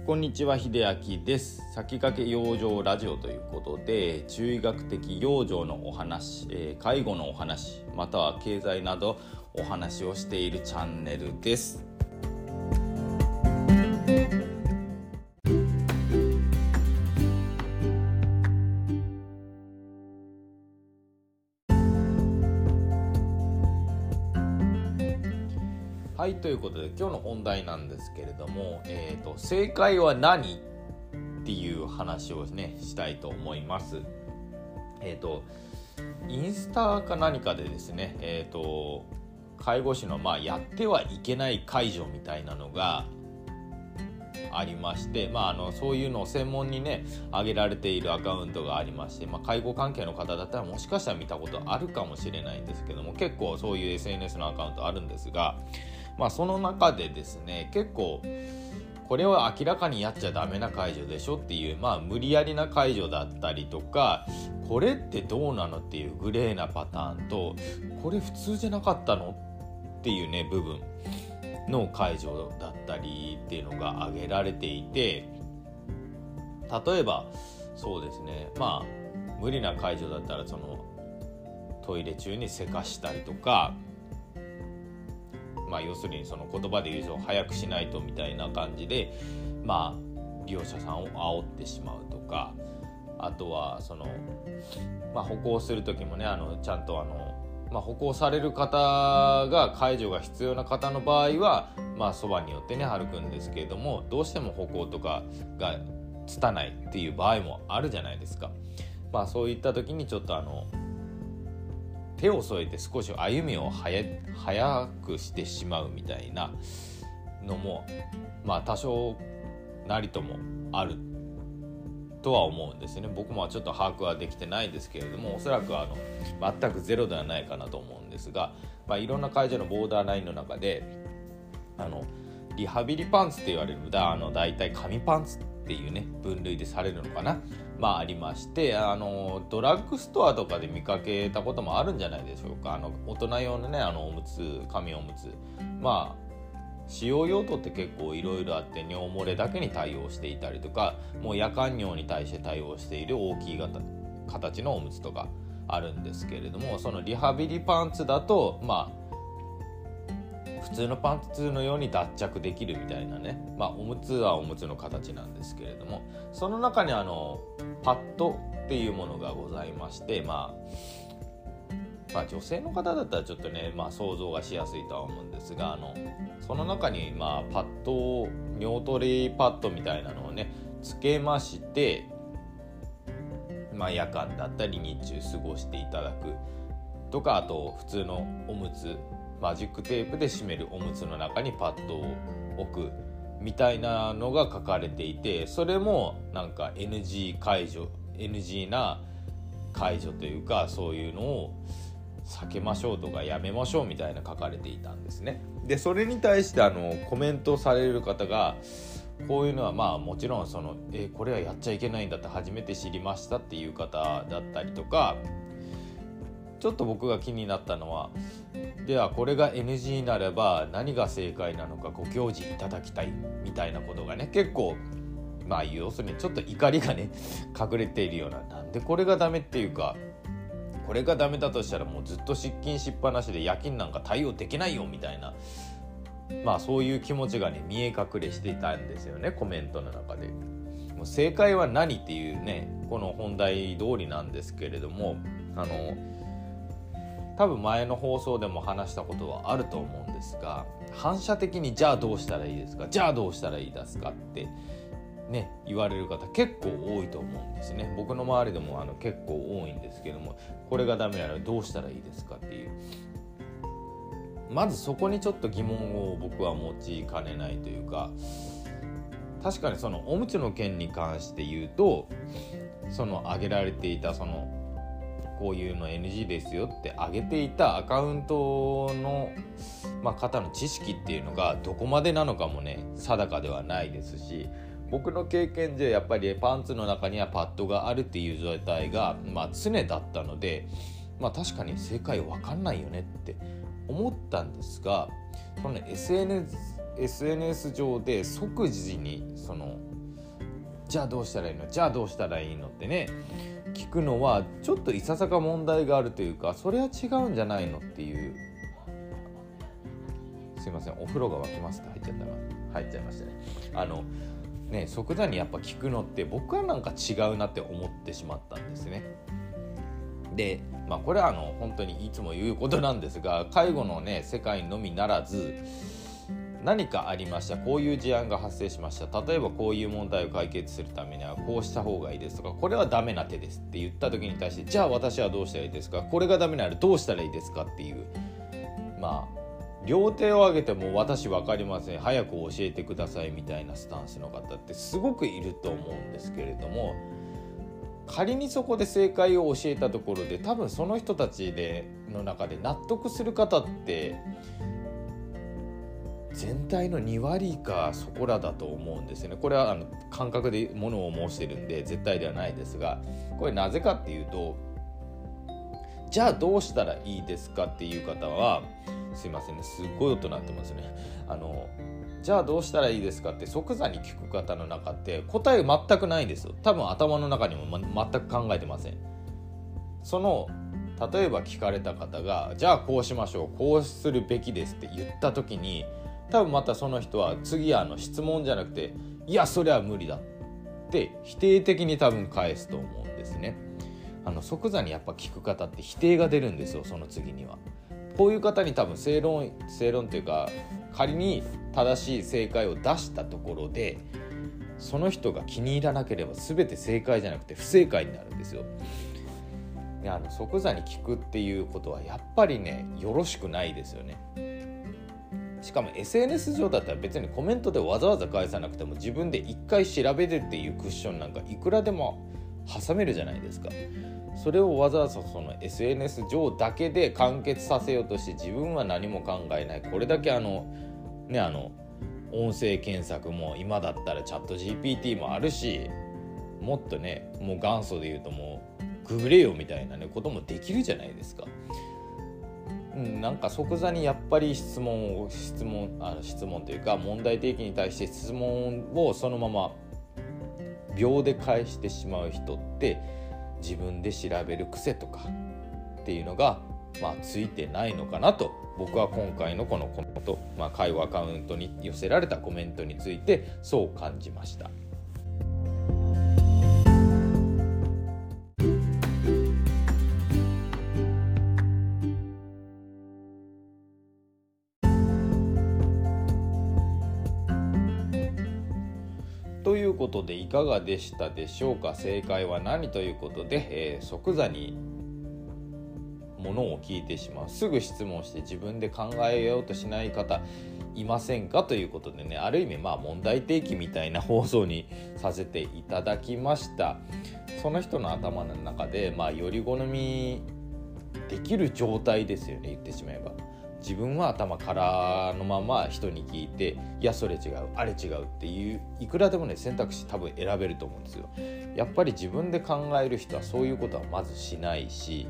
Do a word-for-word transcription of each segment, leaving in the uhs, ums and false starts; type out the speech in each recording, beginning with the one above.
こんにちは、秀明です。先駆け養生ラジオということで、中医学的養生のお話、えー、介護のお話、または経済などお話をしているチャンネルです。はい、ということで今日の本題なんですけれども、えーと、正解は何っていう話をねしたいと思います。えーとインスタか何かでですね、えーと介護士のまあやってはいけない介助みたいなのがありまして、まあ、あのそういうのを専門にね上げられているアカウントがありまして、まあ、介護関係の方だったらもしかしたら見たことあるかもしれないんですけども、結構そういう エスエヌエス のアカウントあるんですが、まあ、その中でですね、結構これは明らかにやっちゃダメな介助でしょっていう、まあ、無理やりな介助だったりとか、これってどうなのっていうグレーなパターンと、これ普通じゃなかったのっていうね部分の介助だったりっていうのが挙げられていて、例えばそうですね、まあ無理な介助だったらそのトイレ中にせかしたりとか、まあ要するにその言葉で言うと早くしないとみたいな感じで、まあ利用者さんを煽ってしまうとか、あとはそのまあ歩行する時もね、あのちゃんとあのまあ、歩行される方が介助が必要な方の場合は、まあ、そばによってね歩くんですけれども、どうしても歩行とかが拙いっていう場合もあるじゃないですか。まあ、そういった時にちょっとあの手を添えて少し歩みを早早くしてしまうみたいなのも、まあ、多少なりともあるとは思うんですね。僕もちょっと把握はできてないですけれども、おそらくあの全くゼロではないかなと思うんですが、まあ、いろんな介助のボーダーラインの中であのリハビリパンツって言われるだあのだいたい紙パンツっていうね分類でされるのかな、まあありまして、あのドラッグストアとかで見かけたこともあるんじゃないでしょうか。あの大人用のねあのおむつ、紙おむつ、まあ使用用途って結構いろいろあって、尿漏れだけに対応していたりとか、もう夜間尿に対して対応している大きい型形のおむつとかあるんですけれども、そのリハビリパンツだとまあ普通のパンツのように脱着できるみたいなね、まあおむつはおむつの形なんですけれども、その中にあのパッドっていうものがございまして、まあまあ、女性の方だったらちょっとね、まあ、想像がしやすいとは思うんですが、あのその中にまあパッドを尿取りパッドみたいなのをねつけまして、まあ、夜間だったり日中過ごしていただくとか、あと普通のおむつ、マジックテープで締めるおむつの中にパッドを置くみたいなのが書かれていて、それもなんか エヌジー 解除 エヌジー な解除というか、そういうのを避けましょうとかやめましょうみたいな書かれていたんですね。でそれに対してあのコメントされる方が、こういうのはまあもちろんそのえこれはやっちゃいけないんだって初めて知りましたっていう方だったりとか、ちょっと僕が気になったのは、ではこれが エヌジー ならば何が正解なのかご教示いただきたいみたいなことがね、結構まあ要するにちょっと怒りがね隠れているような、なんでこれがダメっていうか、これがダメだとしたらもうずっと失禁しっぱなしで夜勤なんか対応できないよみたいな、まあそういう気持ちがね見え隠れしていたんですよね、コメントの中で。もう正解は何っていうねこの本題通りなんですけれども、あの多分前の放送でも話したことはあると思うんですが、反射的にじゃあどうしたらいいですか、じゃあどうしたらいいですかってね、言われる方結構多いと思うんですね。僕の周りでもあの結構多いんですけども、これがダメならどうしたらいいですかっていう、まずそこにちょっと疑問を僕は持ちかねないというか、確かにそのおむつの件に関して言うと、その挙げられていたそのこういうの エヌジー ですよって挙げていたアカウントの、まあ、方の知識っていうのがどこまでなのかもね定かではないですし、僕の経験でやっぱりパンツの中にはパッドがあるっていう状態が、まあ、常だったので、まあ、確かに正解わかんないよねって思ったんですが、その エスエヌエス エスエヌエス 上で即時にそのじゃあどうしたらいいのじゃあどうしたらいいのってね聞くのはちょっといささか問題があるというか、それは違うんじゃないのっていう。すいません、お風呂が沸きますって入っちゃったな入っちゃいましたね。あのね即座にやっぱ聞くのって僕はなんか違うなって思ってしまったんですね。で、まあ、これはあの本当にいつも言うことなんですが、介護のね世界のみならず何かありました、こういう事案が発生しました、例えばこういう問題を解決するためにはこうした方がいいですとか、これはダメな手ですって言った時に対して、じゃあ私はどうしたらいいですか、これがダメならどうしたらいいですかっていう、まあ両手を挙げても私分かりません、早く教えてくださいみたいなスタンスの方ってすごくいると思うんですけれども、仮にそこで正解を教えたところで多分その人たちでの中で納得する方って全体のに割以下そこらだと思うんですよね。これはあの感覚でものを申してるんで絶対ではないですが、これなぜかっていうと、じゃあどうしたらいいですかっていう方はすいませんね、すっごい音鳴ってますね。あのじゃあどうしたらいいですかって即座に聞く方の中って答え全くないんですよ。多分頭の中にも、ま、全く考えてません。その例えば聞かれた方がじゃあこうしましょう、こうするべきですって言った時に、多分またその人は次あの質問じゃなくて、いやそれは無理だって否定的に多分返すと思うんですね。あの即座にやっぱ聞く方って否定が出るんですよ。その次にはこういう方に多分正論正論というか、仮に正しい正解を出したところでその人が気に入らなければ全て正解じゃなくて不正解になるんですよ。であの即座に聞くっていうことはやっぱりねよろしくないですよね。しかも エスエヌエス 上だったら別にコメントでわざわざ返さなくても自分で一回調べるっていうクッションなんかいくらでも挟めるじゃないですか。それをわざわざその エスエヌエス 上だけで完結させようとして、自分は何も考えない、これだけあのねあの音声検索も今だったらチャット ジーピーティー もあるし、もっとねもう元祖で言うともうググれよみたいなねこともできるじゃないですか。うん、なんか即座にやっぱり質問を質問あの質問というか問題提起に対して質問をそのまま秒で返してしまう人って自分で調べる癖とかっていうのが、まあ、ついてないのかなと僕は今回のこのコメント、まあ、介護アカウントに寄せられたコメントについてそう感じました。ということでいかがでしたでしょうか。正解は何ということで、えー、即座にものを聞いてしまう、すぐ質問して自分で考えようとしない方いませんかということでね、ある意味まあ問題提起みたいな放送にさせていただきました。その人の頭の中でまあより好みできる状態ですよね。言ってしまえば自分は頭空のまま人に聞いて、いやそれ違うあれ違うっていういくらでもね選択肢多分選べると思うんですよ。やっぱり自分で考える人はそういうことはまずしないし、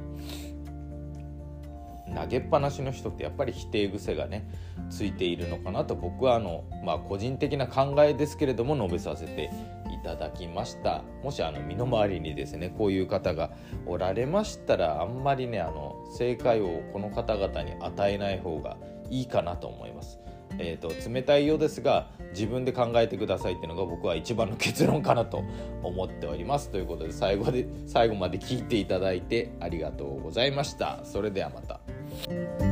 投げっぱなしの人ってやっぱり否定癖がねついているのかなと僕はあの、まあ、個人的な考えですけれども述べさせていただきました。もしあの身の回りにですねこういう方がおられましたら、あんまりねあの正解をこの方々に与えない方がいいかなと思います。えーと、冷たいようですが自分で考えてくださいっていうのが僕は一番の結論かなと思っております。ということで最後で最後まで聞いていただいてありがとうございました。それではまた。